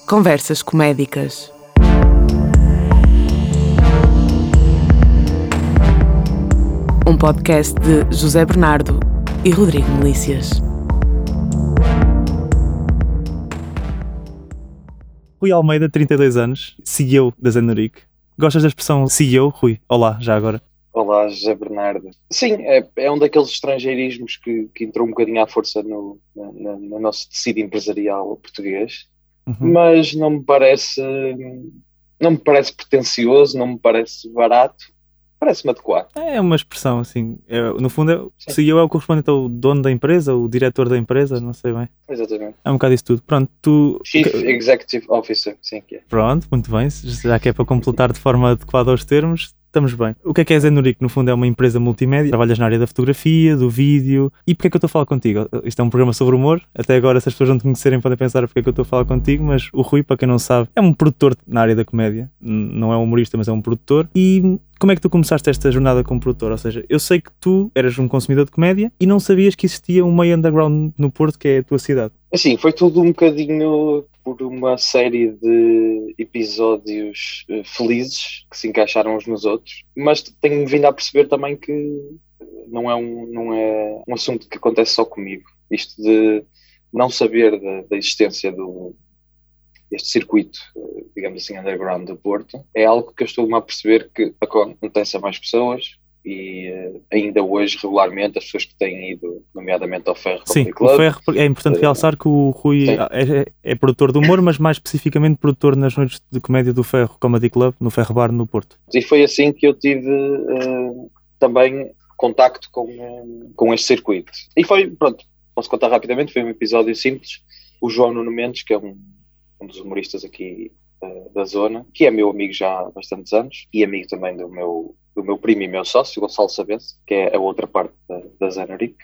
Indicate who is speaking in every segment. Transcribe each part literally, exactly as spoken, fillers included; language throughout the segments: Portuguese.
Speaker 1: Conversas comédicas. Um podcast de José Bernardo e Rodrigo Melícias.
Speaker 2: Rui Almeida, trinta e dois anos, C E O da Zenuric. Gostas da expressão C E O, Rui? Olá, já agora.
Speaker 3: Olá, José Bernardo. Sim, é, é um daqueles estrangeirismos que, que entrou um bocadinho à força no, no, no nosso tecido empresarial português, uhum. Mas não me parece, não me parece pretencioso, não me parece barato, parece-me adequado.
Speaker 2: É uma expressão, assim, é, no fundo, é, C E O é o correspondente ao dono da empresa, o diretor da empresa, não sei bem.
Speaker 3: Exatamente.
Speaker 2: É um bocado isso tudo. Pronto, tu...
Speaker 3: Chief Executive Officer, sim que é.
Speaker 2: Pronto, muito bem, já que é para completar de forma adequada aos termos... Estamos bem. O que é que é a Zenuric? No fundo é uma empresa multimédia, trabalhas na área da fotografia, do vídeo. E porquê é que eu estou a falar contigo? Isto é um programa sobre humor, até agora se as pessoas não te conhecerem podem pensar porquê é que eu estou a falar contigo, mas o Rui, para quem não sabe, é um produtor na área da comédia, não é um humorista, mas é um produtor. E como é que tu começaste esta jornada como produtor? Ou seja, eu sei que tu eras um consumidor de comédia e não sabias que existia um meio underground no Porto, que é a tua cidade.
Speaker 3: Assim, foi tudo um bocadinho por uma série de episódios uh, felizes que se encaixaram uns nos outros, mas tenho vindo a perceber também que não é um, não é um assunto que acontece só comigo. Isto de não saber da, da existência do, deste circuito, uh, digamos assim, underground do Porto, é algo que eu estou a perceber que acontece a mais pessoas. E uh, ainda hoje, regularmente, as pessoas que têm ido, nomeadamente ao Ferro
Speaker 2: Sim,
Speaker 3: Comedy Club...
Speaker 2: o Ferro, é importante uh, realçar que o Rui é, é, é produtor de humor, mas mais especificamente produtor nas noites de comédia do Ferro Comedy Club, no Ferro Bar, no Porto.
Speaker 3: E foi assim que eu tive uh, também contacto com, uh, com este circuito. E foi, pronto, posso contar rapidamente, foi um episódio simples. O João Nuno Mendes, que é um, um dos humoristas aqui uh, da zona, que é meu amigo já há bastantes anos, e amigo também do meu... do meu primo e meu sócio, Gonçalo Sabense, que é a outra parte da, da Zenuric.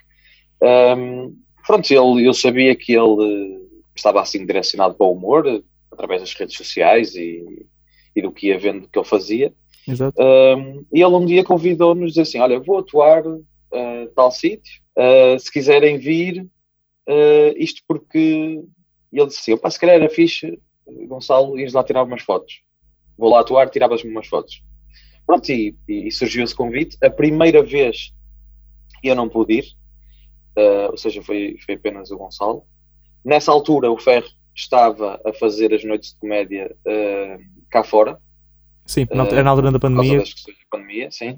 Speaker 3: Um, pronto, ele, eu sabia que ele estava assim direcionado para o humor, através das redes sociais e, e do que ia vendo que ele fazia.
Speaker 2: Exato.
Speaker 3: Um, e ele um dia convidou-nos a dizer assim, olha, vou atuar uh, tal sítio, uh, se quiserem vir, uh, isto porque... E ele disse assim, opa, se calhar era fixe, Gonçalo, ias lá tirar umas fotos. Vou lá atuar, tiravas-me umas fotos. Pronto, e, e surgiu esse convite. A primeira vez eu não pude ir, uh, ou seja, foi, foi apenas o Gonçalo. Nessa altura o Ferro estava a fazer as noites de comédia uh, cá fora.
Speaker 2: Sim, uh, era na altura da pandemia.
Speaker 3: Por causa das questões da pandemia, sim.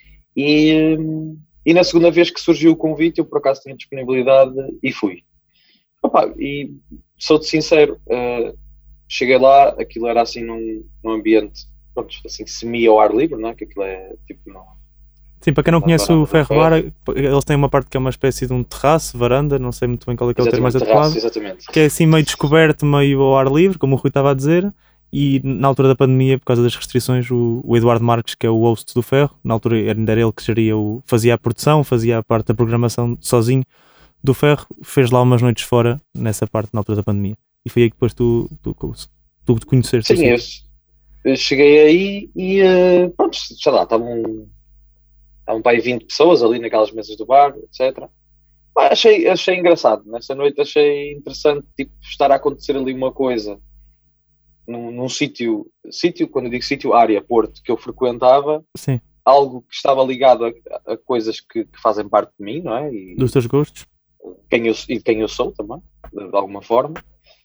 Speaker 3: E, um, e na segunda vez que surgiu o convite, eu por acaso tinha disponibilidade e fui. Opa, e sou-te sincero, uh, cheguei lá, aquilo era assim num, num ambiente... Pronto, assim, semi ao ar livre, não é? Que aquilo é tipo... Não,
Speaker 2: sim, para quem não conhece o Ferro Bar, eles têm uma parte que é uma espécie de um terraço, varanda, não sei muito bem qual é que é o termo mais adequado,
Speaker 3: exatamente.
Speaker 2: Que é assim meio descoberto, meio ao ar livre, como o Rui estava a dizer, e na altura da pandemia, por causa das restrições, o, o Eduardo Marques, que é o host do Ferro, na altura ainda era ele que geria o, fazia a produção, fazia a parte da programação sozinho do Ferro, fez lá umas noites fora, nessa parte, na altura da pandemia. E foi aí que depois tu, tu, tu, tu conheceste.
Speaker 3: Sim, isso. Eu cheguei aí e, uh, pronto, sei lá, estavam estavam para aí vinte pessoas ali naquelas mesas do bar, etcétera. Mas achei, achei engraçado, nessa noite achei interessante, tipo, estar a acontecer ali uma coisa num, num sítio, sítio, quando eu digo sítio, área, Porto, que eu frequentava.
Speaker 2: Sim.
Speaker 3: Algo que estava ligado a, a coisas que, que fazem parte de mim, não é? E
Speaker 2: dos teus gostos.
Speaker 3: Quem eu, e quem eu sou também, de, de alguma forma.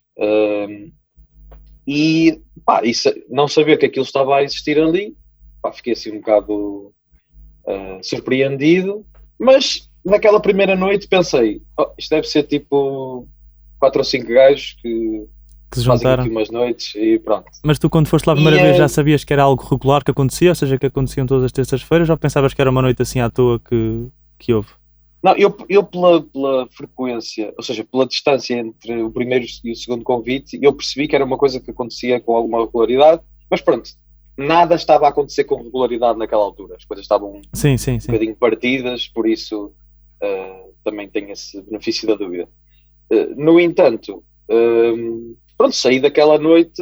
Speaker 3: Uh, E, pá, isso, não saber que aquilo estava a existir ali, pá, fiquei assim um bocado uh, surpreendido, mas naquela primeira noite pensei, oh, isto deve ser tipo quatro ou cinco gajos que,
Speaker 2: que se
Speaker 3: fazem
Speaker 2: juntaram
Speaker 3: aqui umas noites e pronto.
Speaker 2: Mas tu, quando foste lá a primeira
Speaker 3: e,
Speaker 2: vez,
Speaker 3: uh,
Speaker 2: já sabias que era algo regular que acontecia, ou seja, que aconteciam todas as terças-feiras, ou pensavas que era uma noite assim à toa que, que houve?
Speaker 3: Não, eu, eu pela, pela frequência, ou seja, pela distância entre o primeiro e o segundo convite, eu percebi que era uma coisa que acontecia com alguma regularidade, mas pronto, nada estava a acontecer com regularidade naquela altura, as coisas estavam
Speaker 2: sim, sim,
Speaker 3: um
Speaker 2: sim.
Speaker 3: bocadinho partidas, por isso uh, também tenho esse benefício da dúvida. Uh, no entanto, um, pronto, saí daquela noite,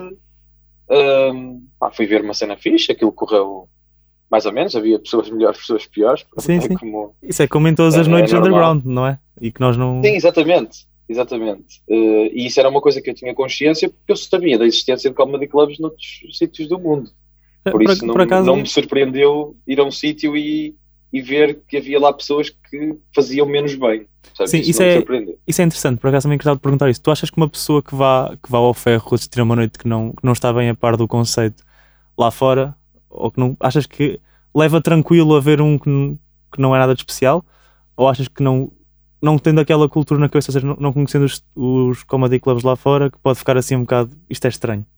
Speaker 3: um, pá, fui ver uma cena fixe, aquilo correu... mais ou menos, havia pessoas melhores, pessoas piores.
Speaker 2: Sim,
Speaker 3: é
Speaker 2: sim.
Speaker 3: Como,
Speaker 2: isso é como em todas as
Speaker 3: é,
Speaker 2: noites
Speaker 3: é
Speaker 2: underground, não é? E que nós não...
Speaker 3: Sim, exatamente. exatamente. Uh, e isso era uma coisa que eu tinha consciência porque eu sabia da existência de comedy clubs noutros sítios do mundo. Por, por isso não, por acaso... não me surpreendeu ir a um sítio e, e ver que havia lá pessoas que faziam menos bem. Sabe?
Speaker 2: Sim,
Speaker 3: isso,
Speaker 2: isso, é, isso é interessante. Por acaso também gostava de perguntar isso. Tu achas que uma pessoa que vá, que vá ao Ferro assistir a uma noite que não, que não está bem a par do conceito lá fora, ou que não, achas que leva tranquilo a ver um que não, que não é nada de especial? Ou achas que não, não tendo aquela cultura na cabeça, ou seja, não, não conhecendo os, os comedy clubs lá fora, que pode ficar assim um bocado, isto é estranho?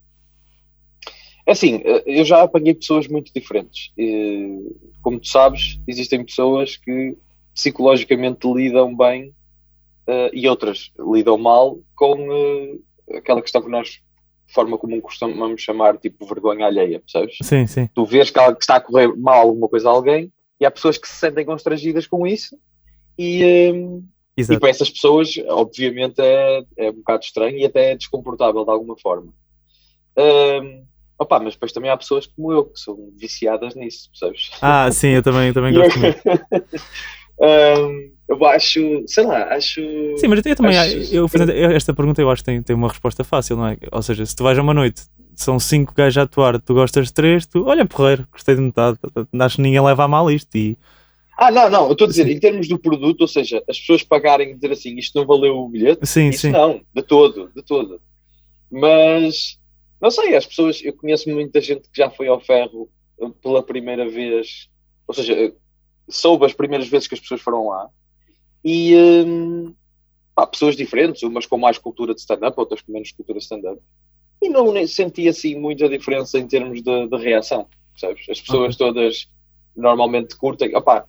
Speaker 3: É assim, eu já apanhei pessoas muito diferentes. Como tu sabes, existem pessoas que psicologicamente lidam bem uh, e outras lidam mal com uh, aquela questão que nós, de forma comum, costumamos chamar tipo vergonha alheia, percebes?
Speaker 2: Sim, sim.
Speaker 3: Tu vês que está a correr mal alguma coisa a alguém e há pessoas que se sentem constrangidas com isso e, um, e para essas pessoas, obviamente, é, é um bocado estranho e até é desconfortável de alguma forma. Um, Opa, mas depois também há pessoas como eu que são viciadas nisso, percebes?
Speaker 2: Ah, sim, eu também, eu também gosto muito.
Speaker 3: um, eu acho, sei lá, acho...
Speaker 2: Sim, mas eu também,
Speaker 3: acho,
Speaker 2: eu, fazendo esta pergunta eu acho que tem, tem uma resposta fácil, não é? Ou seja, se tu vais a uma noite, são cinco gajos a atuar, tu gostas de três, tu, olha, porreiro, gostei de metade, acho que ninguém leva a mal isto e...
Speaker 3: Ah, não, não, eu estou a dizer, sim, em termos do produto, ou seja, as pessoas pagarem e dizer assim, isto não valeu o bilhete,
Speaker 2: sim,
Speaker 3: isso
Speaker 2: sim.
Speaker 3: não, de todo, de todo. Mas... Não sei, as pessoas, eu conheço muita gente que já foi ao Ferro pela primeira vez, ou seja, soube as primeiras vezes que as pessoas foram lá, e hum, há pessoas diferentes, umas com mais cultura de stand-up, outras com menos cultura de stand-up, e não senti assim muita diferença em termos de, de reação, sabes? As pessoas okay. todas normalmente curtem, opá,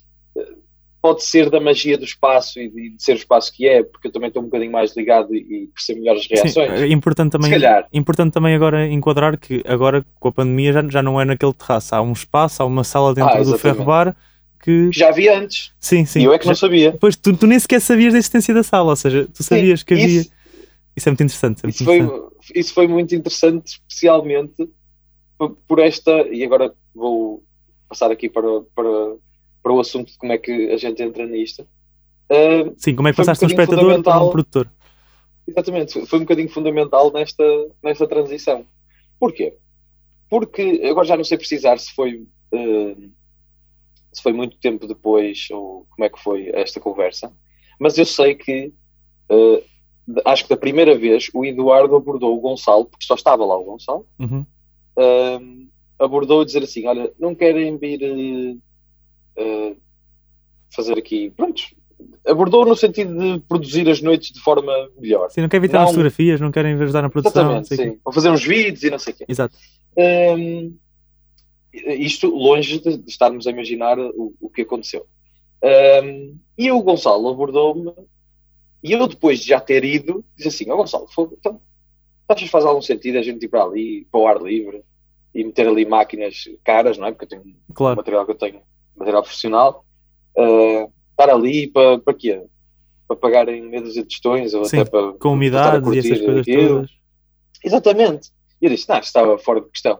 Speaker 3: pode ser da magia do espaço e de, de ser o espaço que é, porque eu também estou um bocadinho mais ligado e, e percebo melhor as reações.
Speaker 2: Sim, é importante também,
Speaker 3: se calhar.
Speaker 2: Importante também agora enquadrar que agora com a pandemia já, já não é naquele terraço, há um espaço, há uma sala dentro ah, do Ferro Bar que...
Speaker 3: que já havia antes.
Speaker 2: Sim, sim.
Speaker 3: E eu é que
Speaker 2: já...
Speaker 3: não sabia.
Speaker 2: Pois tu, tu nem sequer sabias da existência da sala, ou seja, tu sabias sim, que havia... Isso, isso é muito interessante. É muito
Speaker 3: isso,
Speaker 2: interessante.
Speaker 3: Foi, isso foi muito interessante, especialmente por, por esta, e agora vou passar aqui para... para para o assunto de como é que a gente entra nisto. Uh,
Speaker 2: Sim, como é que passaste um do espectador para um produtor.
Speaker 3: Exatamente, foi um bocadinho fundamental nesta, nesta transição. Porquê? Porque, agora já não sei precisar se foi, uh, se foi muito tempo depois ou como é que foi esta conversa, mas eu sei que, uh, acho que da primeira vez, o Eduardo abordou o Gonçalo, porque só estava lá o Gonçalo,
Speaker 2: uhum.
Speaker 3: uh, abordou e dizer assim, olha, não querem vir... Uh, Uh, fazer aqui, pronto, abordou no sentido de produzir as noites de forma melhor.
Speaker 2: Sim, não querem evitar não... as fotografias, não querem ajudar na produção.
Speaker 3: Exatamente, sim. Ou fazer uns vídeos e não sei o quê.
Speaker 2: Exato.
Speaker 3: Um, isto longe de, de estarmos a imaginar o, o que aconteceu. Um, e o Gonçalo abordou-me e eu depois de já ter ido, disse assim, ó oh, Gonçalo, então, achas que faz algum sentido a gente ir para ali, para o ar livre e meter ali máquinas caras, não é? Porque eu tenho
Speaker 2: claro.
Speaker 3: o material que eu tenho material profissional, uh, estar ali para, para quê? Para pagarem medos e tostões ou
Speaker 2: sim,
Speaker 3: até para
Speaker 2: com umidades e essas coisas aquilo. Todas.
Speaker 3: Exatamente. E eu disse, não, estava fora de questão.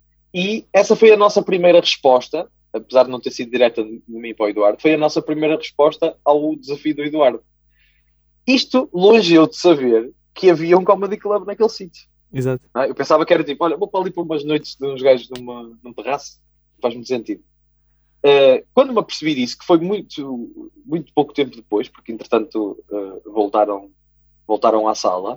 Speaker 3: E essa foi a nossa primeira resposta, apesar de não ter sido direta de mim para o Eduardo, foi a nossa primeira resposta ao desafio do Eduardo. Isto, longe eu de saber que havia um comedy club naquele sítio.
Speaker 2: Exato.
Speaker 3: Ah, eu pensava que era tipo, olha, vou para ali por umas noites de uns gajos numa, num terraço, faz muito sentido. Uh, quando me apercebi disso, que foi muito, muito pouco tempo depois, porque entretanto uh, voltaram, voltaram à sala,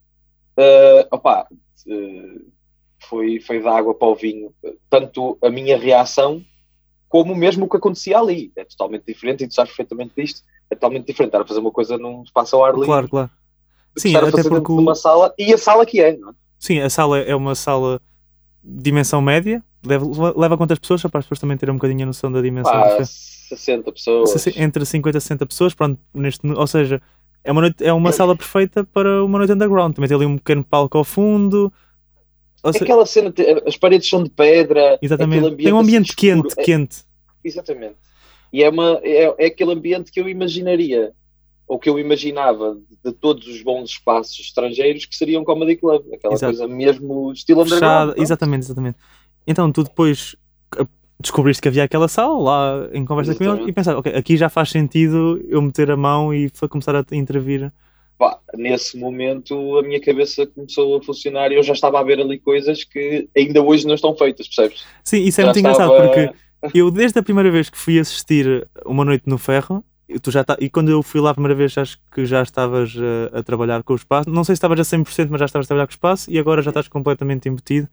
Speaker 3: uh, opa, uh, foi, foi da água para o vinho, tanto a minha reação como mesmo o que acontecia ali. É totalmente diferente e tu sabes perfeitamente disto, é totalmente diferente. Estar a fazer uma coisa num espaço ao ar livre.
Speaker 2: Claro, claro. Sim,
Speaker 3: estar a fazer
Speaker 2: até porque
Speaker 3: dentro de uma sala, e a sala que é, não é?
Speaker 2: Sim, a sala é uma sala de dimensão média. Leva, leva quantas pessoas? Só para as pessoas também terem um bocadinho a noção da dimensão.
Speaker 3: Ah, sessenta pessoas.
Speaker 2: Entre cinquenta e sessenta pessoas, pronto, neste, ou seja, é uma, noite, é uma sala perfeita para uma noite underground. Também tem ali um pequeno palco ao fundo.
Speaker 3: Ou seja, aquela cena, as paredes são de pedra.
Speaker 2: Exatamente, tem um ambiente
Speaker 3: assim
Speaker 2: quente,
Speaker 3: é,
Speaker 2: quente.
Speaker 3: Exatamente. E é, uma, é, é aquele ambiente que eu imaginaria, ou que eu imaginava de, de todos os bons espaços estrangeiros que seriam um comedy club. Aquela Exato. Coisa mesmo estilo underground.
Speaker 2: Fechada, exatamente, exatamente. Então tu depois descobriste que havia aquela sala lá em conversa Exatamente. Com ele e pensaste, ok, aqui já faz sentido eu meter a mão e começar a intervir
Speaker 3: pá, nesse momento a minha cabeça começou a funcionar e eu já estava a ver ali coisas que ainda hoje não estão feitas, percebes?
Speaker 2: Sim, isso é
Speaker 3: Já
Speaker 2: muito
Speaker 3: estava...
Speaker 2: engraçado, porque eu desde a primeira vez que fui assistir Uma Noite no Ferro, tu já tá, e quando eu fui lá a primeira vez, acho que já estavas a, a trabalhar com o espaço, não sei se estavas a cem por cento, mas já estavas a trabalhar com o espaço, e agora já estás completamente embutido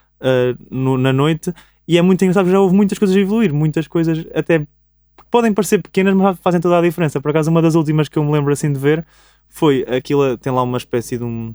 Speaker 2: uh, no, na noite, e é muito engraçado, já houve muitas coisas a evoluir, muitas coisas até podem parecer pequenas, mas fazem toda a diferença. Por acaso, uma das últimas que eu me lembro assim de ver foi aquilo, tem lá uma espécie de um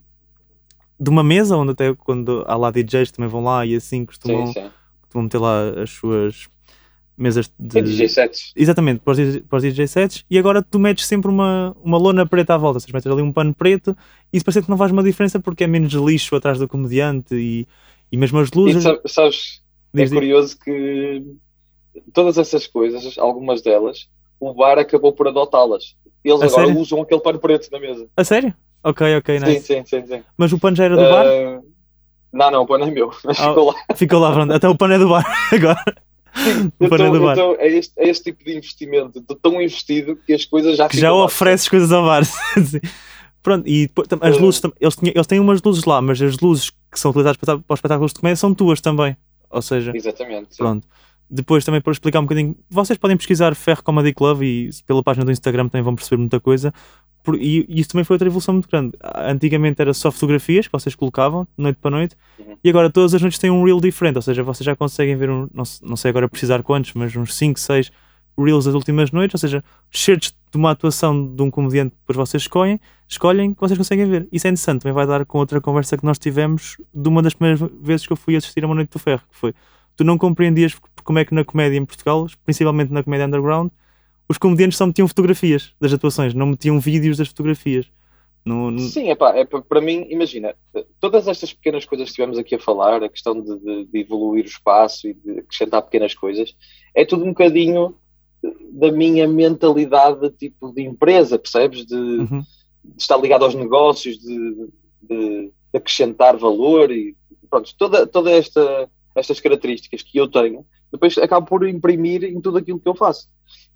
Speaker 2: de uma mesa, onde até quando há lá D Js também vão lá e assim costumam,
Speaker 3: Sim, sim.
Speaker 2: costumam ter lá as suas mesas de...
Speaker 3: Tem D J sets.
Speaker 2: Exatamente, para os, D J, para os D J sets, e agora tu metes sempre uma, uma lona preta à volta, ou seja, metes ali um pano preto, e isso parece que não faz uma diferença porque é menos lixo atrás do comediante, e, e mesmo as luzes...
Speaker 3: E sabe- sabes,
Speaker 2: Diz,
Speaker 3: é curioso que todas essas coisas, algumas delas, o bar acabou por adotá-las. Eles
Speaker 2: A
Speaker 3: agora
Speaker 2: sério?
Speaker 3: usam aquele pano preto na mesa.
Speaker 2: A sério? Ok, ok,
Speaker 3: Sim,
Speaker 2: nice.
Speaker 3: sim, sim, sim.
Speaker 2: Mas o pano já era do bar?
Speaker 3: Ah, não, não, o pano é meu, mas
Speaker 2: Ah,
Speaker 3: ficou lá.
Speaker 2: ficou lá, pronto. Até o pano é do bar agora.
Speaker 3: Sim,
Speaker 2: O pano é do bar.
Speaker 3: então é este, é este tipo de investimento. Estou tão investido que as coisas já
Speaker 2: Que
Speaker 3: ficam
Speaker 2: já
Speaker 3: lá.
Speaker 2: ofereces coisas ao bar. Sim. Pronto, e depois, tam- as luzes, tam- eles, tinham, eles têm umas luzes lá, mas as luzes que são utilizadas para, para os espetáculos de comédia são tuas também. Ou seja,
Speaker 3: Exatamente. Sim.
Speaker 2: pronto. Depois também para explicar um bocadinho, vocês podem pesquisar Ferro Comedy Club e pela página do Instagram também vão perceber muita coisa. Por- e, e isso também foi outra evolução muito grande. Antigamente era só fotografias que vocês colocavam, noite para noite,
Speaker 3: Uhum.
Speaker 2: e agora todas as noites têm um reel diferente, ou seja, vocês já conseguem ver, um, não, se- não sei agora precisar quantos, mas uns cinco, seis reels das últimas noites, ou seja, certos de uma atuação de um comediante que depois vocês escolhem, escolhem que vocês conseguem ver. Isso é interessante, também vai dar com outra conversa que nós tivemos de uma das primeiras vezes que eu fui assistir a Uma Noite do Ferro, que foi, tu não compreendias como é que na comédia em Portugal, principalmente na comédia underground, os comediantes só metiam fotografias das atuações, não metiam vídeos das fotografias. Não, não...
Speaker 3: Sim, epá, é, para mim, imagina, todas estas pequenas coisas que estivemos aqui a falar, a questão de, de, de evoluir o espaço e de acrescentar pequenas coisas, é tudo um bocadinho da minha mentalidade tipo de empresa, percebes? De,
Speaker 2: Uhum.
Speaker 3: de estar ligado aos negócios, de, de, de acrescentar valor e pronto, toda, toda esta, estas características que eu tenho, depois acabo por imprimir em tudo aquilo que eu faço.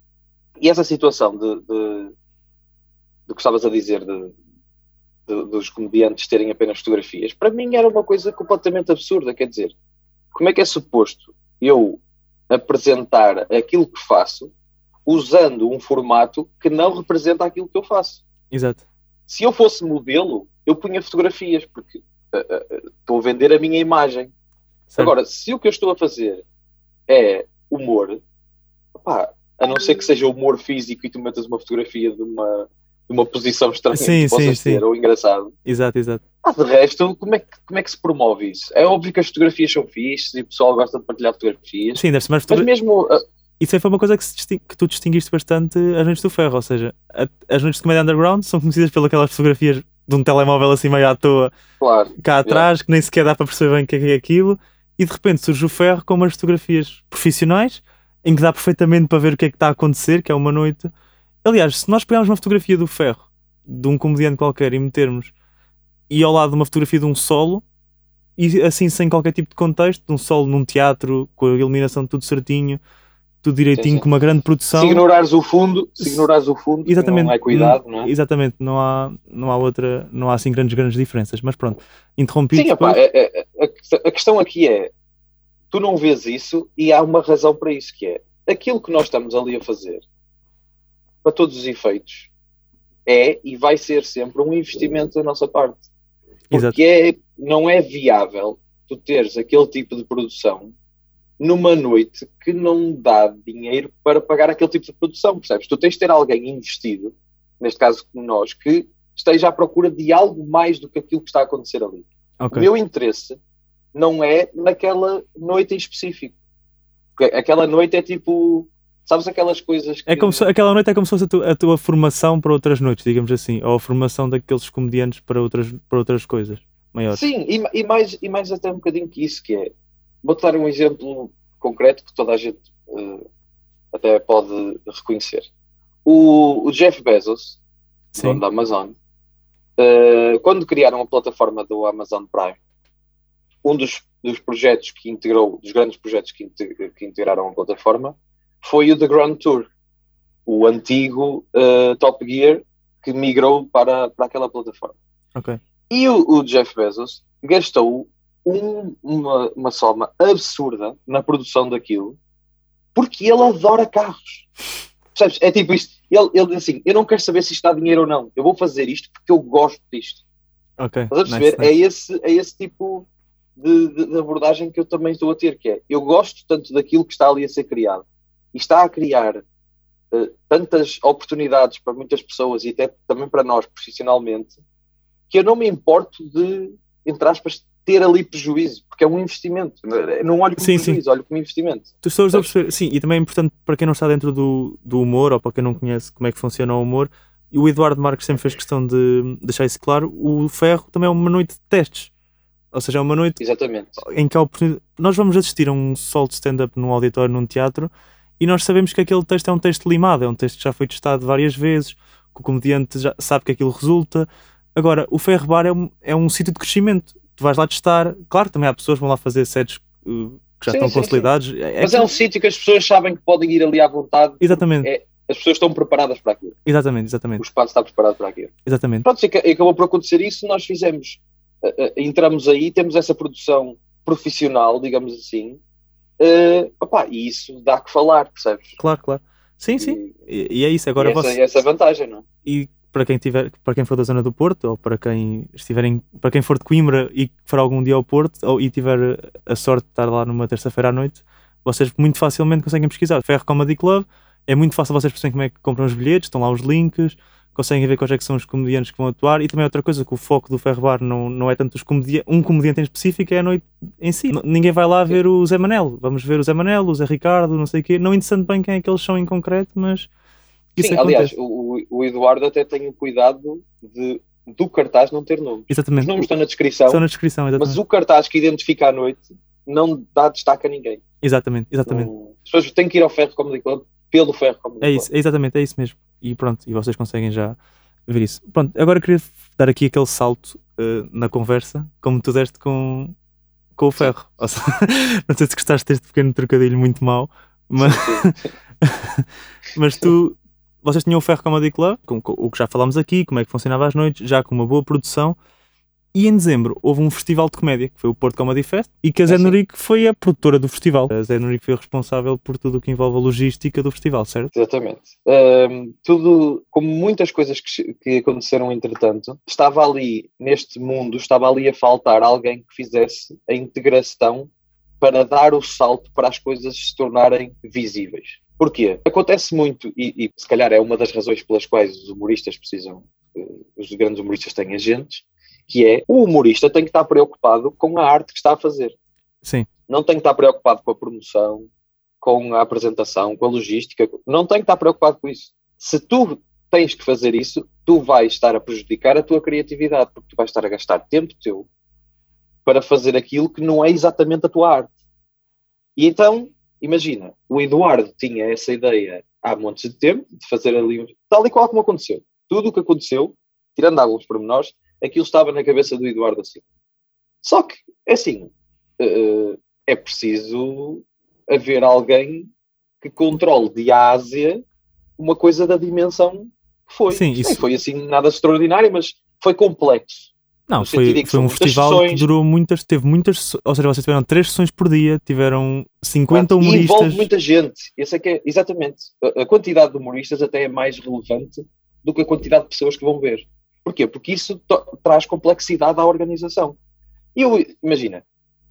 Speaker 3: E essa situação de, de, do que estavas a dizer de, de, dos comediantes terem apenas fotografias, para mim era uma coisa completamente absurda. Quer dizer, como é que é suposto eu apresentar aquilo que faço usando um formato que não representa aquilo que eu faço?
Speaker 2: Exato.
Speaker 3: Se eu fosse modelo, eu punha fotografias, porque uh, uh, estou a vender a minha imagem.
Speaker 2: Certo.
Speaker 3: Agora, se o que eu estou a fazer é humor, opá, a não ser que seja humor físico e tu metas uma fotografia de uma, de uma posição estranha
Speaker 2: Sim,
Speaker 3: que possas
Speaker 2: sim,
Speaker 3: ter,
Speaker 2: sim.
Speaker 3: ou engraçado.
Speaker 2: Exato, exato.
Speaker 3: Ah, de resto, como é, que, como é que se promove isso? É óbvio que as fotografias são fixes e o pessoal gosta de partilhar fotografias.
Speaker 2: Sim, deve ser mais
Speaker 3: Mas
Speaker 2: fotogra...
Speaker 3: mesmo... Uh,
Speaker 2: Isso aí foi uma coisa que, se disting... que tu distinguiste bastante as Noites do Ferro, ou seja, a... as Noites de Comédia Underground são conhecidas pelas fotografias de um telemóvel assim meio à toa,
Speaker 3: claro,
Speaker 2: cá atrás,
Speaker 3: yeah.
Speaker 2: que nem sequer dá para perceber bem o que é, que é aquilo, e de repente surge o Ferro com umas fotografias profissionais, em que dá perfeitamente para ver o que é que está a acontecer, que é uma noite. Aliás, se nós pegarmos uma fotografia do Ferro, de um comediante qualquer, e metermos, e ao lado de uma fotografia de um solo, e assim sem qualquer tipo de contexto, de um solo num teatro, com a iluminação tudo certinho, tudo direitinho,
Speaker 3: Sim, sim.
Speaker 2: com uma grande produção.
Speaker 3: Se ignorares o fundo, se ignorares o fundo,
Speaker 2: exatamente,
Speaker 3: não é cuidado, não é?
Speaker 2: Exatamente, não há, não há outra, não há assim grandes, grandes diferenças, mas pronto, interrompido
Speaker 3: Sim,
Speaker 2: depois.
Speaker 3: opa, é, é, a, a questão aqui é, tu não vês isso e há uma razão para isso, que é, aquilo que nós estamos ali a fazer, para todos os efeitos, é e vai ser sempre um investimento da nossa parte. Porque é, não é viável tu teres aquele tipo de produção numa noite que não dá dinheiro para pagar aquele tipo de produção, percebes? Tu tens de ter alguém investido, neste caso como nós, que esteja à procura de algo mais do que aquilo que está a acontecer ali.
Speaker 2: Okay.
Speaker 3: O meu interesse não é naquela noite em específico. Porque aquela noite é tipo... Sabes aquelas coisas que...
Speaker 2: É como se, aquela noite é como se fosse a tua, a tua formação para outras noites, digamos assim, ou a formação daqueles comediantes para outras, para outras coisas maiores.
Speaker 3: Sim, e, e, mais, e mais até um bocadinho que isso, que é... Vou-te dar um exemplo concreto que toda a gente uh, até pode reconhecer. O, o Jeff Bezos, dono da Amazon, uh, quando criaram a plataforma do Amazon Prime, um dos, dos projetos que integrou, dos grandes projetos que, integ- que integraram a plataforma, foi o The Grand Tour, o antigo uh, Top Gear, que migrou para, para aquela plataforma.
Speaker 2: Ok.
Speaker 3: E o, o Jeff Bezos gastou um, uma, uma soma absurda na produção daquilo, porque ele adora carros. Percebes? É tipo isto. Ele, ele diz assim, eu não quero saber se isto dá dinheiro ou não. Eu vou fazer isto porque eu gosto disto.
Speaker 2: Ok.
Speaker 3: Estás a perceber?
Speaker 2: Nice, nice.
Speaker 3: É, esse, é esse tipo de, de, de abordagem que eu também estou a ter, que é, eu gosto tanto daquilo que está ali a ser criado. E está a criar uh, tantas oportunidades para muitas pessoas e até também para nós profissionalmente, que eu não me importo de, entre aspas, ter ali prejuízo, porque é um investimento. Eu não olho como
Speaker 2: Sim,
Speaker 3: prejuízo,
Speaker 2: sim.
Speaker 3: olho como investimento.
Speaker 2: Tu estás a perceber, sim, e também é importante para quem não está dentro do, do humor, ou para quem não conhece como é que funciona o humor, e o Eduardo Marques sempre fez questão de deixar isso claro, o Ferro também é uma noite de testes. Ou seja, é uma noite
Speaker 3: Exatamente.
Speaker 2: em que há oportunidade. Nós vamos assistir a um solo de stand-up num auditório, num teatro, e nós sabemos que aquele texto é um texto limado, é um texto que já foi testado várias vezes, que o comediante já sabe que aquilo resulta. Agora, o Ferro Bar é um, é um sítio de crescimento. Tu vais lá testar. Claro, também há pessoas que vão lá fazer sets uh, que já
Speaker 3: Sim,
Speaker 2: estão
Speaker 3: sim,
Speaker 2: consolidados.
Speaker 3: sim.
Speaker 2: É,
Speaker 3: Mas é um sítio que as pessoas sabem que podem ir ali à vontade.
Speaker 2: Exatamente.
Speaker 3: É, as pessoas estão preparadas para aquilo.
Speaker 2: Exatamente,
Speaker 3: O
Speaker 2: exatamente.
Speaker 3: espaço está preparado para aquilo.
Speaker 2: Exatamente.
Speaker 3: Pronto, e acabou por acontecer isso. Nós fizemos, uh, uh, entramos aí, temos essa produção profissional, digamos assim, uh, opá, e isso dá que falar, percebes?
Speaker 2: Claro, claro. Sim, sim. E, e é isso.
Speaker 3: E
Speaker 2: Agora
Speaker 3: essa,
Speaker 2: você...
Speaker 3: essa vantagem, não é?
Speaker 2: E para quem, tiver, para quem for da zona do Porto, ou para quem estiverem, para quem for de Coimbra e for algum dia ao Porto, ou, e tiver a sorte de estar lá numa terça-feira à noite, vocês muito facilmente conseguem pesquisar Ferro Comedy Club. É muito fácil vocês perceberem como é que compram os bilhetes, estão lá os links, conseguem ver quais é que são os comediantes que vão atuar. E também outra coisa, que o foco do Ferro Bar não, não é tanto os comediantes, um comediante em específico, é a noite em si. N- ninguém vai lá ver o Zé Manel. Vamos ver o Zé Manel, o Zé Ricardo, não sei o quê. Não interessante bem quem é que eles são em concreto, mas isso
Speaker 3: Sim,
Speaker 2: acontece.
Speaker 3: aliás, o, o Eduardo até tem o cuidado de, do cartaz não ter nomes.
Speaker 2: Exatamente.
Speaker 3: Os nomes estão na descrição,
Speaker 2: Estão na descrição, exatamente.
Speaker 3: mas o cartaz que identifica a noite não dá destaque a ninguém.
Speaker 2: Exatamente, exatamente.
Speaker 3: Não, as pessoas têm que ir ao Ferro Comedy Club pelo Ferro Comedy
Speaker 2: É
Speaker 3: Club.
Speaker 2: isso, é exatamente, é isso mesmo. E pronto, e vocês conseguem já ver isso. Pronto, agora queria dar aqui aquele salto uh, na conversa, como tu deste com, com o Ferro. Ou seja, não sei se gostaste deste pequeno trocadilho muito mau, mas,
Speaker 3: Sim, sim.
Speaker 2: mas tu, vocês tinham o Ferro Comedy Club, com, com o que já falámos aqui, como é que funcionava às noites, já com uma boa produção. E em dezembro houve um festival de comédia, que foi o Porto Comedy Fest, e que a
Speaker 3: É,
Speaker 2: Zé
Speaker 3: sim.
Speaker 2: Norico foi a produtora do festival. A Zé Norico foi responsável por tudo o que envolve a logística do festival, certo?
Speaker 3: Exatamente. Um, tudo, como muitas coisas que, que aconteceram entretanto, estava ali, neste mundo, estava ali a faltar alguém que fizesse a integração para dar o salto para as coisas se tornarem visíveis. Porquê? Acontece muito, e, e se calhar é uma das razões pelas quais os humoristas precisam, os grandes humoristas têm agentes, que é, o humorista tem que estar preocupado com a arte que está a fazer.
Speaker 2: Sim.
Speaker 3: Não tem que estar preocupado com a promoção, com a apresentação, com a logística, não tem que estar preocupado com isso. Se tu tens que fazer isso, tu vais estar a prejudicar a tua criatividade, porque tu vais estar a gastar tempo teu para fazer aquilo que não é exatamente a tua arte. E então, imagina, o Eduardo tinha essa ideia há montes de tempo, de fazer ali, tal e qual como aconteceu. Tudo o que aconteceu, tirando alguns pormenores, aquilo estava na cabeça do Eduardo assim. Só que, é assim, uh, é preciso haver alguém que controle de A a Z uma coisa da dimensão que foi.
Speaker 2: Sim,
Speaker 3: Isto
Speaker 2: isso...
Speaker 3: nem foi assim nada extraordinário, mas foi complexo.
Speaker 2: Não, foi, foi um festival sessões. que durou muitas, teve muitas, ou seja, vocês tiveram três sessões por dia, tiveram cinquenta
Speaker 3: Exato.
Speaker 2: humoristas.
Speaker 3: E envolve muita gente. Esse é que é, exatamente. A, a quantidade de humoristas até é mais relevante do que a quantidade de pessoas que vão ver. Porquê? Porque isso traz complexidade à organização. E eu, imagina,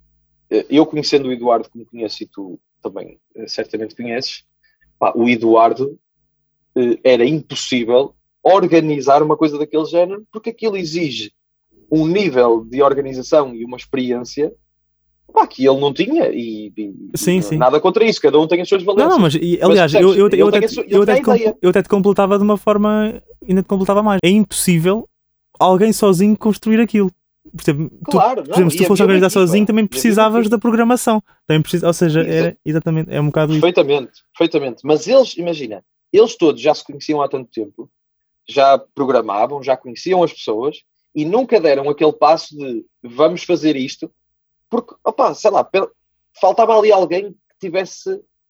Speaker 3: eu conhecendo o Eduardo como conheço e tu também certamente conheces, pá, o Eduardo era impossível organizar uma coisa daquele género porque aquilo exige um nível de organização e uma experiência pá, que ele não tinha e, e
Speaker 2: sim, sim.
Speaker 3: nada contra isso, cada um tem as suas valências.
Speaker 2: Não, não, mas e, aliás, mas, eu, eu, eu, até, sua, eu, até te, eu até te completava de uma forma, ainda te completava mais. É impossível alguém sozinho construir aquilo. Por exemplo,
Speaker 3: claro,
Speaker 2: tu, por exemplo se tu fosse organizar equipa, sozinho, também precisavas da programação. Também precis, ou seja, era, exatamente, é um bocado
Speaker 3: perfeitamente, isso. Perfeitamente. Mas eles, imagina, eles todos já se conheciam há tanto tempo, já programavam, já conheciam as pessoas e nunca deram aquele passo de vamos fazer isto, porque, opá, sei lá, faltava ali alguém que tivesse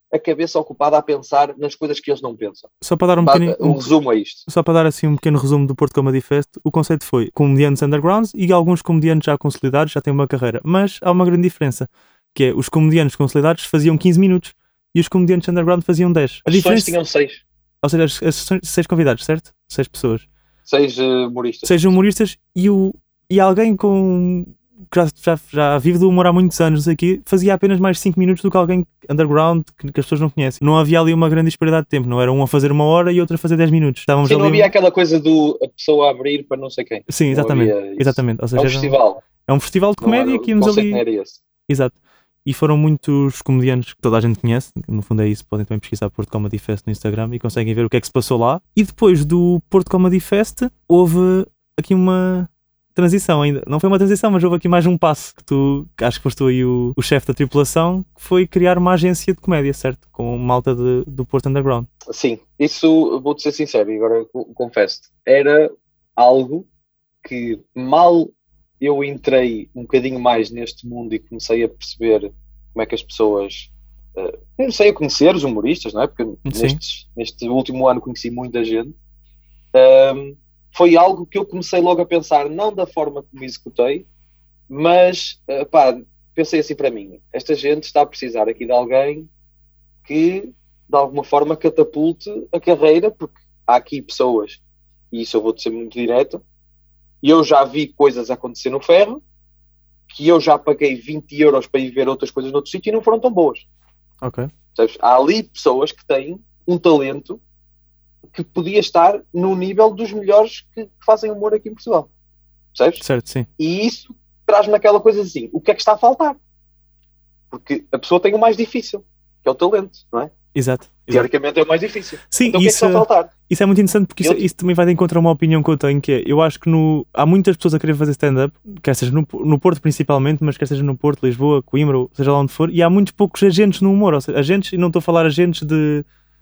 Speaker 3: a cabeça ocupada a pensar nas coisas que eles não pensam.
Speaker 2: Só para dar um
Speaker 3: Ba-
Speaker 2: pequeno...
Speaker 3: Um resumo a isto.
Speaker 2: Só para dar assim um pequeno resumo do Porto Comedy Fest, o conceito foi comediantes undergrounds e alguns comediantes já consolidados, já têm uma carreira. Mas há uma grande diferença, que é os comediantes consolidados faziam quinze minutos e os comediantes underground faziam dez. A
Speaker 3: As sessões
Speaker 2: diferença...
Speaker 3: tinham seis.
Speaker 2: Ou seja, as, as sessões- seis convidados, certo? Seis pessoas.
Speaker 3: Seis uh, humoristas.
Speaker 2: Seis humoristas e, o... e alguém com... que já, já, já vive do humor há muitos anos, não sei o quê, fazia apenas mais cinco minutos do que alguém underground que, que as pessoas não conhecem. Não havia ali uma grande disparidade de tempo, não era um a fazer uma hora e outro a fazer dez minutos. Estávamos
Speaker 3: Sim, não
Speaker 2: ali...
Speaker 3: havia aquela coisa do a pessoa abrir para não sei quem.
Speaker 2: Sim,
Speaker 3: Não
Speaker 2: exatamente.
Speaker 3: havia isso.
Speaker 2: exatamente. Ou seja,
Speaker 3: É um
Speaker 2: era
Speaker 3: festival.
Speaker 2: é um festival de
Speaker 3: Não era-
Speaker 2: comédia que
Speaker 3: o
Speaker 2: íamos
Speaker 3: conceito
Speaker 2: ali.
Speaker 3: não era esse.
Speaker 2: Exato. E foram muitos comediantes que toda a gente conhece, no fundo é isso, podem também pesquisar Porto Comedy Fest no Instagram e conseguem ver o que é que se passou lá. E depois do Porto Comedy Fest houve aqui uma transição ainda. Não foi uma transição, mas houve aqui mais um passo que tu, que acho que foste tu aí o, o chefe da tripulação, que foi criar uma agência de comédia, certo? Com malta de, do Porto Underground.
Speaker 3: Sim, isso vou-te ser sincero, e agora co- confesso-te, era algo que mal eu entrei um bocadinho mais neste mundo e comecei a perceber como é que as pessoas uh, comecei a conhecer os humoristas, não é? Porque
Speaker 2: Sim.
Speaker 3: nestes, neste último ano conheci muita gente. Um, foi algo que eu comecei logo a pensar, não da forma como executei, mas uh, pá, pensei assim para mim, esta gente está a precisar aqui de alguém que de alguma forma catapulte a carreira, porque há aqui pessoas, e isso eu vou-te ser muito direto, e eu já vi coisas acontecer no Ferro, que eu já paguei vinte euros para ir ver outras coisas noutro sítio e não foram tão boas.
Speaker 2: Ok.
Speaker 3: Sabes? Há ali pessoas que têm um talento que podia estar no nível dos melhores que, que fazem humor aqui em Portugal. Percebes?
Speaker 2: Certo, sim.
Speaker 3: E isso traz-me aquela coisa assim, o que é que está a faltar? Porque a pessoa tem o mais difícil, que é o talento, não é?
Speaker 2: Exato. exato.
Speaker 3: Teoricamente é o mais difícil.
Speaker 2: Sim,
Speaker 3: então o que é que
Speaker 2: isso,
Speaker 3: está a faltar?
Speaker 2: isso é muito interessante porque isso,
Speaker 3: Eu-
Speaker 2: isso também vai de encontro a uma opinião que eu tenho, que é, eu acho que no, há muitas pessoas a querer fazer stand-up, quer seja no, no Porto principalmente, mas quer seja no Porto, Lisboa, Coimbra, ou seja lá onde for, e há muitos poucos agentes no humor, ou seja, agentes, e não estou a falar agentes de...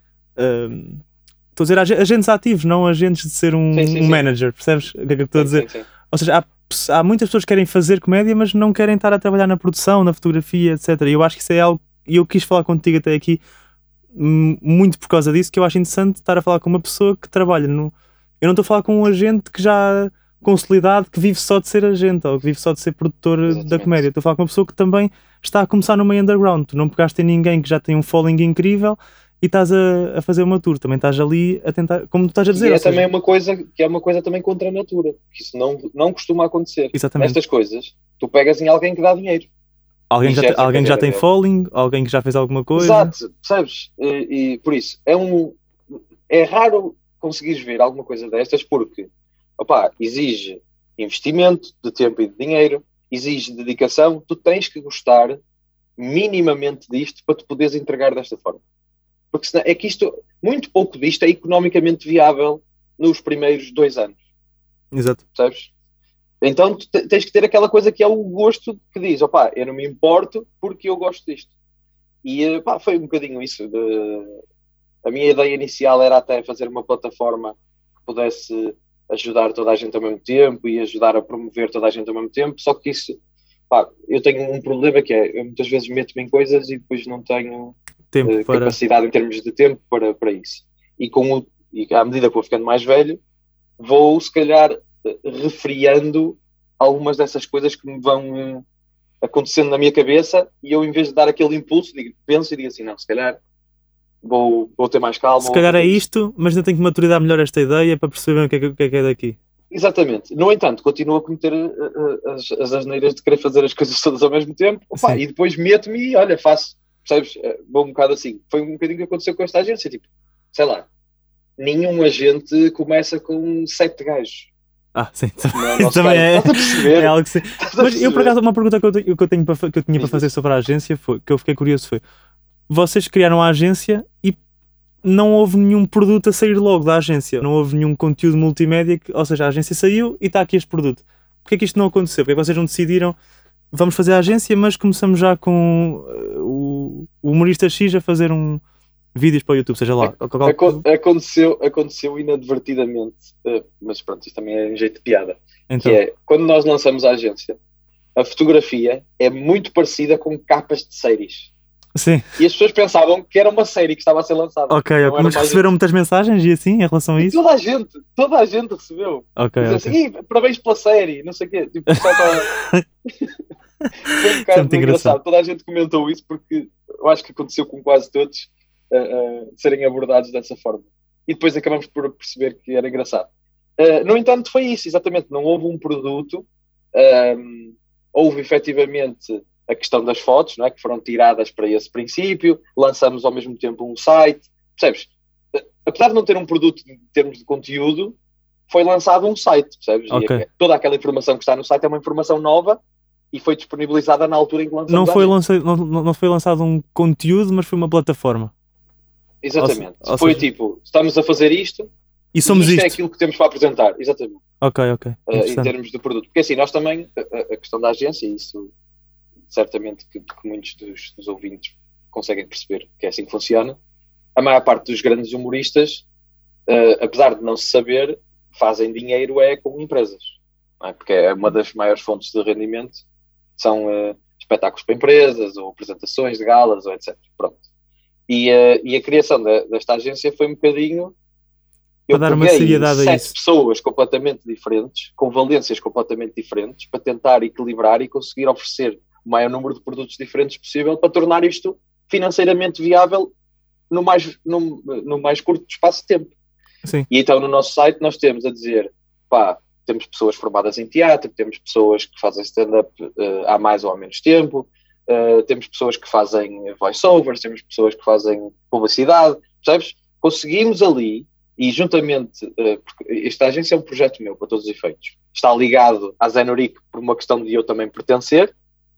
Speaker 2: ahm, estou a dizer ag- agentes ativos, não agentes de ser um,
Speaker 3: Sim, sim,
Speaker 2: um
Speaker 3: sim.
Speaker 2: manager, percebes o que é que eu estou a dizer?
Speaker 3: Sim, sim.
Speaker 2: Ou seja, há, pe- há muitas pessoas que querem fazer comédia, mas não querem estar a trabalhar na produção, na fotografia, etcétera. E eu acho que isso é algo, e eu quis falar contigo até aqui, hum, muito por causa disso, que eu acho interessante estar a falar com uma pessoa que trabalha no... Eu não estou a falar com um agente que já consolidado, que vive só de ser agente, ou que vive só de ser produtor da
Speaker 3: Exatamente.
Speaker 2: comédia. Estou a falar com uma pessoa que também está a começar no meio underground. Tu não pegaste em ninguém que já tem um following incrível e estás a, a fazer uma tour. Também estás ali a tentar, como tu estás a dizer.
Speaker 3: E é
Speaker 2: ou seja,
Speaker 3: também uma coisa que é uma coisa também contra a natura, que isso não, não costuma acontecer.
Speaker 2: Exatamente.
Speaker 3: Nestas coisas, tu pegas em alguém que dá dinheiro.
Speaker 2: Alguém, que já,
Speaker 3: injeta
Speaker 2: tem- alguém que já
Speaker 3: a
Speaker 2: tem
Speaker 3: carreira
Speaker 2: following, alguém que já fez alguma coisa.
Speaker 3: Exato, percebes? E, e por isso, é um é raro conseguires ver alguma coisa destas porque, opá, exige investimento de tempo e de dinheiro, exige dedicação, tu tens que gostar minimamente disto para te poderes entregar desta forma. Porque senão, é que isto, muito pouco disto é economicamente viável nos primeiros dois anos,
Speaker 2: Exato.
Speaker 3: percebes? Então tu te- tens que ter aquela coisa que é o gosto que diz, opá, eu não me importo porque eu gosto disto. E pá, foi um bocadinho isso. De... A minha ideia inicial era até fazer uma plataforma que pudesse ajudar toda a gente ao mesmo tempo e ajudar a promover toda a gente ao mesmo tempo, só que isso, pá, eu tenho um problema que é, eu muitas vezes meto-me em coisas e depois não tenho
Speaker 2: Tempo
Speaker 3: eh,
Speaker 2: para...
Speaker 3: capacidade em termos de tempo para, para isso. E, com o, e à medida que vou ficando mais velho, vou se calhar eh, refriando algumas dessas coisas que me vão eh, acontecendo na minha cabeça e eu, em vez de dar aquele impulso, digo, penso e digo assim, não, se calhar vou, vou ter mais calma.
Speaker 2: Se
Speaker 3: vou
Speaker 2: calhar é
Speaker 3: fazer
Speaker 2: isto, mas ainda tenho que maturidade melhor esta ideia para perceber o que é que, o que é, que é daqui.
Speaker 3: Exatamente. No entanto, continuo a cometer uh, uh, as, as asneiras de querer fazer as coisas todas ao mesmo tempo. Opa,
Speaker 2: Sim.
Speaker 3: e depois meto-me e olha, faço. Percebes? Uh, Vou um bocado assim. Foi um bocadinho que aconteceu com esta agência. Tipo, sei lá, nenhum agente começa com sete gajos.
Speaker 2: Ah, sim.
Speaker 3: No
Speaker 2: Isso
Speaker 3: nosso
Speaker 2: também
Speaker 3: caso.
Speaker 2: é,
Speaker 3: Estás a perceber?
Speaker 2: é algo que sim.
Speaker 3: Estás a
Speaker 2: Mas eu, por
Speaker 3: perceber?
Speaker 2: acaso, uma pergunta que eu, tenho, que eu, tenho para, fa- que eu tinha para
Speaker 3: Diz
Speaker 2: fazer
Speaker 3: isso.
Speaker 2: sobre a agência, foi, que eu fiquei curioso, foi, vocês criaram a agência e não houve nenhum produto a sair logo da agência, não houve nenhum conteúdo multimédia, que, ou seja, a agência saiu e está aqui este produto. Porquê é que isto não aconteceu? Porque é que vocês não decidiram, vamos fazer a agência, mas começamos já com uh, o, o humorista X a fazer um vídeos para o YouTube, seja lá.
Speaker 3: Aco- aconteceu, aconteceu inadvertidamente, uh, mas pronto, isto também é em jeito de piada.
Speaker 2: Então,
Speaker 3: Que é, quando nós lançamos a agência, a fotografia é muito parecida com capas de séries.
Speaker 2: Sim.
Speaker 3: E as pessoas pensavam que era uma série que estava a ser lançada.
Speaker 2: Ok,
Speaker 3: Não era
Speaker 2: mas
Speaker 3: mais
Speaker 2: receberam
Speaker 3: isso.
Speaker 2: muitas mensagens e assim, em relação a
Speaker 3: E
Speaker 2: isso?
Speaker 3: toda a gente, toda a gente recebeu.
Speaker 2: Ok,
Speaker 3: Dizer
Speaker 2: ok.
Speaker 3: assim, "Ih, parabéns pela série, não sei o quê. Tipo, só para... Foi um
Speaker 2: Isso é
Speaker 3: bocado
Speaker 2: muito
Speaker 3: engraçado.
Speaker 2: engraçado.
Speaker 3: Toda a gente comentou isso porque eu acho que aconteceu com quase todos uh, uh, serem abordados dessa forma. E depois acabamos por perceber que era engraçado. Uh, no entanto, foi isso, exatamente. Não houve um produto, um, houve efetivamente a questão das fotos, não é? Que foram tiradas para esse princípio, lançamos ao mesmo tempo um site, percebes? Apesar de não ter um produto em termos de conteúdo, foi lançado um site, percebes?
Speaker 2: Ok.
Speaker 3: E toda aquela informação que está no site é uma informação nova e foi disponibilizada na altura em que lançamos
Speaker 2: Não
Speaker 3: a
Speaker 2: foi,
Speaker 3: agência.
Speaker 2: lançado, não, não não foi lançado um conteúdo, mas foi uma plataforma.
Speaker 3: Exatamente.
Speaker 2: Ou, ou
Speaker 3: foi
Speaker 2: seja,
Speaker 3: tipo, estamos a fazer isto
Speaker 2: e
Speaker 3: e
Speaker 2: somos
Speaker 3: isto é
Speaker 2: isto.
Speaker 3: aquilo que temos para apresentar. Exatamente.
Speaker 2: Ok, ok.
Speaker 3: Uh, em
Speaker 2: Interessante.
Speaker 3: termos de produto. Porque assim, nós também, a, a questão da agência, isso certamente que, que muitos dos, dos ouvintes conseguem perceber que é assim que funciona. A maior parte dos grandes humoristas, uh, apesar de não se saber, fazem dinheiro é com empresas. Não é? Porque é uma das maiores fontes de rendimento, são uh, espetáculos para empresas, ou apresentações de galas, ou etcétera. Pronto. E, uh, e a criação da, desta agência foi um bocadinho...
Speaker 2: Para dar uma seriedade a
Speaker 3: sete
Speaker 2: isso.
Speaker 3: pessoas completamente diferentes, com valências completamente diferentes, para tentar equilibrar e conseguir oferecer o maior número de produtos diferentes possível para tornar isto financeiramente viável no mais, no, no mais curto espaço de tempo.
Speaker 2: Sim.
Speaker 3: E então no nosso site nós temos a dizer, pá, temos pessoas formadas em teatro, temos pessoas que fazem stand-up uh, há mais ou há menos tempo, uh, temos pessoas que fazem voice-overs, temos pessoas que fazem publicidade, percebes? Conseguimos ali, e juntamente, uh, porque esta agência é um projeto meu, para todos os efeitos, está ligado à Zenoric por uma questão de eu também pertencer,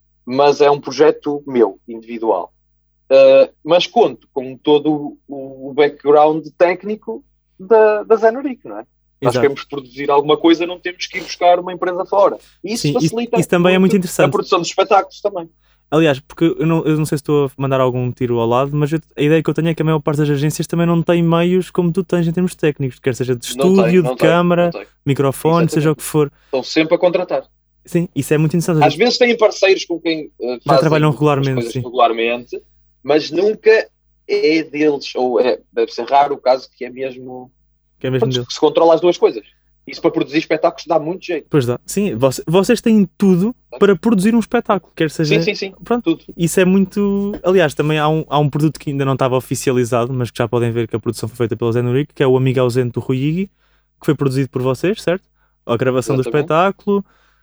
Speaker 3: mas é um projeto meu, individual. Uh, mas conto com todo o, o background técnico da, da Zenoric, não é? Nós
Speaker 2: Exato.
Speaker 3: queremos produzir alguma coisa, não temos que ir buscar uma empresa fora. E isso
Speaker 2: Sim, isso,
Speaker 3: facilita
Speaker 2: isso também é muito interessante.
Speaker 3: a produção dos espetáculos também.
Speaker 2: Aliás, porque eu não, eu não sei se estou a mandar algum tiro ao lado, mas eu, a ideia que eu tenho é que a maior parte das agências também não tem meios como tu tens em termos técnicos, quer seja de estúdio,
Speaker 3: Não tem, não
Speaker 2: de
Speaker 3: tem,
Speaker 2: câmara,
Speaker 3: não tem.
Speaker 2: microfone,
Speaker 3: Exatamente.
Speaker 2: seja o que for.
Speaker 3: Estão sempre a contratar.
Speaker 2: Sim, isso é muito interessante.
Speaker 3: Às vezes têm parceiros com quem uh,
Speaker 2: Já
Speaker 3: fazem
Speaker 2: trabalham
Speaker 3: as
Speaker 2: regularmente,
Speaker 3: coisas
Speaker 2: sim.
Speaker 3: regularmente, mas nunca é deles, ou é, deve ser raro o caso que é mesmo,
Speaker 2: Que é mesmo
Speaker 3: pronto,
Speaker 2: dele.
Speaker 3: que se controla as duas coisas. Isso para produzir espetáculos dá muito jeito.
Speaker 2: Pois dá. Sim, vocês, vocês têm tudo para produzir um espetáculo, quer seja...
Speaker 3: Sim, sim, sim.
Speaker 2: Pronto.
Speaker 3: Tudo.
Speaker 2: Isso é muito... Aliás, também há um, há um produto que ainda não estava oficializado, mas que já podem ver que a produção foi feita pela Zenoric, que é o Amigo Ausente do Rui Igui, que foi produzido por vocês, certo? A gravação
Speaker 3: Exatamente.
Speaker 2: do espetáculo.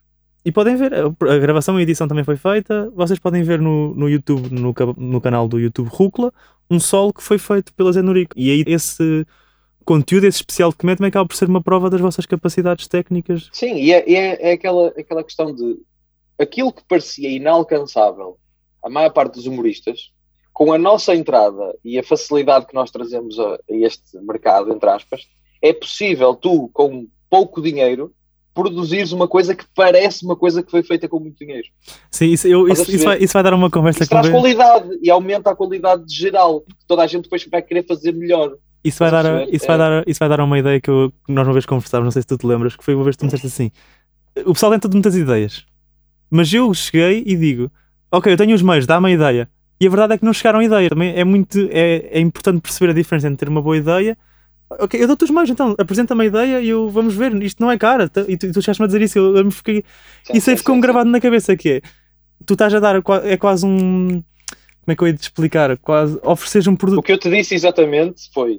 Speaker 2: E podem ver, a gravação e a edição também foi feita. Vocês podem ver no, no YouTube, no, no canal do YouTube Rúcula, um solo que foi feito pela Zenoric. E aí esse conteúdo, esse especial documento, também acaba por ser uma prova das vossas capacidades técnicas.
Speaker 3: Sim, e é, é, é aquela, aquela questão de aquilo que parecia inalcançável a maior parte dos humoristas, com a nossa entrada e a facilidade que nós trazemos a, a este mercado, entre aspas, é possível tu, com pouco dinheiro, produzires uma coisa que parece uma coisa que foi feita com muito dinheiro.
Speaker 2: Sim, isso, eu, isso, isso, vai, isso vai dar uma conversa
Speaker 3: isso
Speaker 2: que
Speaker 3: traz
Speaker 2: vai...
Speaker 3: qualidade e aumenta a qualidade geral, porque toda a gente depois vai querer fazer melhor.
Speaker 2: Isso vai, dar, isso, é... vai dar, isso vai dar uma ideia que, eu, que nós uma vez conversámos, não sei se tu te lembras, que foi uma vez que tu me disseste assim: o pessoal tem tudo muitas ideias, mas eu cheguei e digo, ok, eu tenho os meios, dá-me a ideia. E a verdade é que não chegaram a ideia. Também é muito, é, é importante perceber a diferença entre ter uma boa ideia. Ok, eu dou-te os meios, então, apresenta-me a ideia e eu, vamos ver, isto não é cara. E tu, tu chegaste-me a dizer isso, eu, eu me fiquei... Sim, isso aí ficou-me gravado na cabeça, que é, tu estás a dar, é quase um... Como é que eu ia te explicar? Quase ofereces um produto.
Speaker 3: O que eu te disse exatamente foi,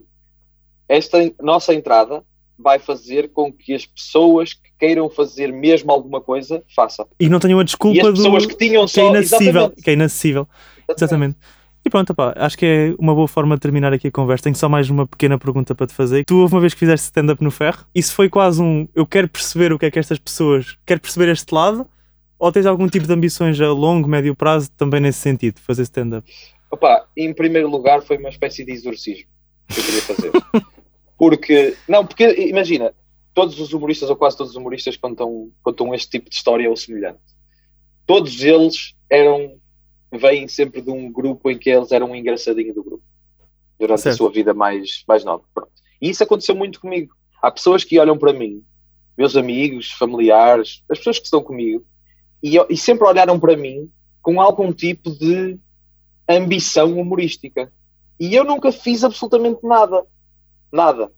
Speaker 3: esta nossa entrada vai fazer com que as pessoas que queiram fazer mesmo alguma coisa, façam.
Speaker 2: E não tenham a desculpa
Speaker 3: e as pessoas
Speaker 2: do...
Speaker 3: que tinham só...
Speaker 2: Que é inacessível.
Speaker 3: Exatamente.
Speaker 2: Que é inacessível. Exatamente. Exatamente. E pronto, opá, acho que é uma boa forma de terminar aqui a conversa. Tenho só mais uma pequena pergunta para te fazer. Tu, houve uma vez que fizeste stand-up no Ferro, isso foi quase um, eu quero perceber o que é que estas pessoas, quero perceber este lado, ou tens algum tipo de ambições a longo, médio prazo também nesse sentido, fazer stand-up?
Speaker 3: Opa, em primeiro lugar foi uma espécie de exorcismo que eu queria fazer. Porque, não, porque imagina, todos os humoristas, ou quase todos os humoristas, contam, contam este tipo de história ou semelhante. Todos eles eram, vêm sempre de um grupo em que eles eram um engraçadinho do grupo, durante certo. a sua vida mais, mais nova. Pronto. E isso aconteceu muito comigo. Há pessoas que olham para mim, meus amigos, familiares, as pessoas que estão comigo, e, e sempre olharam para mim com algum tipo de ambição humorística. E eu nunca fiz absolutamente nada. Nada.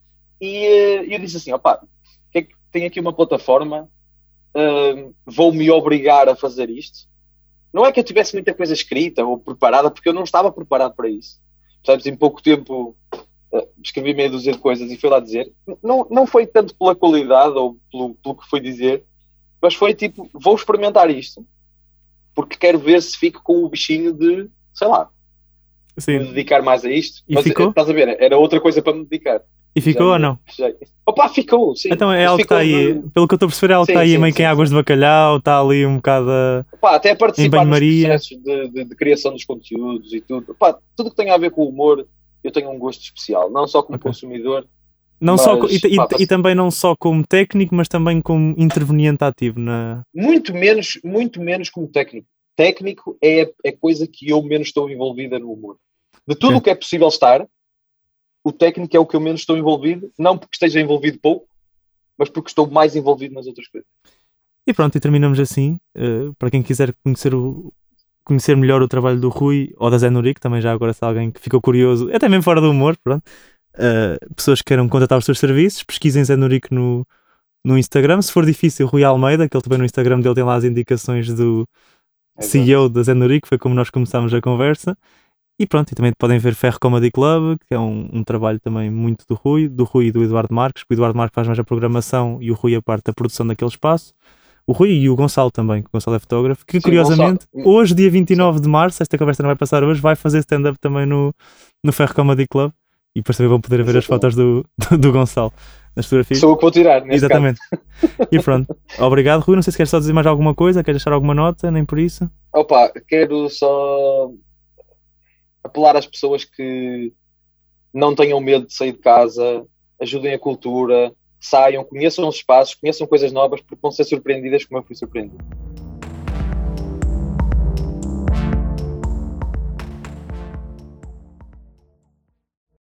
Speaker 3: E uh, eu disse assim, opá, que é que tenho aqui uma plataforma, uh, vou-me obrigar a fazer isto. Não é que eu tivesse muita coisa escrita ou preparada, porque eu não estava preparado para isso. Sabes, em pouco tempo uh, escrevi meia dúzia de coisas e fui lá dizer. Não, não foi tanto pela qualidade ou pelo, pelo que fui dizer, mas foi tipo, vou experimentar isto, porque quero ver se fico com o bichinho de, sei lá,
Speaker 2: Sim.
Speaker 3: me dedicar mais a isto.
Speaker 2: E
Speaker 3: mas
Speaker 2: ficou?
Speaker 3: Estás a ver, era outra coisa para me dedicar.
Speaker 2: E ficou
Speaker 3: já,
Speaker 2: ou não?
Speaker 3: Já... Opa, ficou, sim.
Speaker 2: Então é algo que está aí,
Speaker 3: de...
Speaker 2: pelo que eu estou a perceber, é algo que está aí sim, meio que em águas sim. de bacalhau, está ali um bocado
Speaker 3: Opa, até a participar
Speaker 2: em
Speaker 3: nos
Speaker 2: banho-maria.
Speaker 3: processos de, de, de criação dos conteúdos e tudo. Opa, tudo que tem a ver com o humor, eu tenho um gosto especial, não só como okay. consumidor,
Speaker 2: não
Speaker 3: mas,
Speaker 2: só, e,
Speaker 3: pá,
Speaker 2: e, e também não só como técnico, mas também como interveniente ativo na...
Speaker 3: Muito menos, muito menos como técnico. Técnico é a coisa que eu menos estou envolvida no humor. De tudo o okay. que é possível estar, o técnico é o que eu menos estou envolvido, não porque esteja envolvido pouco, mas porque estou mais envolvido nas outras coisas.
Speaker 2: E pronto, e terminamos assim. Uh, para quem quiser conhecer, o, conhecer melhor o trabalho do Rui ou da Zé Norico, também já agora se alguém que ficou curioso, até mesmo fora do humor, pronto, uh, pessoas que queiram contratar os seus serviços, pesquisem Zé Norico no, no Instagram. Se for difícil, Rui Almeida, que ele também no Instagram dele tem lá as indicações do Exato. C E O da Zé Norico, foi como nós começámos a conversa. E pronto, e também podem ver Ferro Comedy Club, que é um, um trabalho também muito do Rui, do Rui e do Eduardo Marques, que o Eduardo Marques faz mais a programação e o Rui a parte da produção daquele espaço. O Rui e o Gonçalo também, que o Gonçalo é fotógrafo, que Sim, curiosamente, Gonçalo. hoje, dia vinte e nove Sim. de março, esta conversa não vai passar hoje, vai fazer stand-up também no, no Ferro Comedy Club, e depois também vão poder ver Exatamente. as fotos do, do, do Gonçalo nas fotografias.
Speaker 3: Sou eu que vou tirar, neste
Speaker 2: Exatamente. Caso. E pronto, obrigado Rui, não sei se queres só dizer mais alguma coisa, queres deixar alguma nota, nem por isso?
Speaker 3: Opa, quero só... apelar às pessoas que não tenham medo de sair de casa, ajudem a cultura, saiam, conheçam os espaços, conheçam coisas novas, porque vão ser surpreendidas como eu fui surpreendido.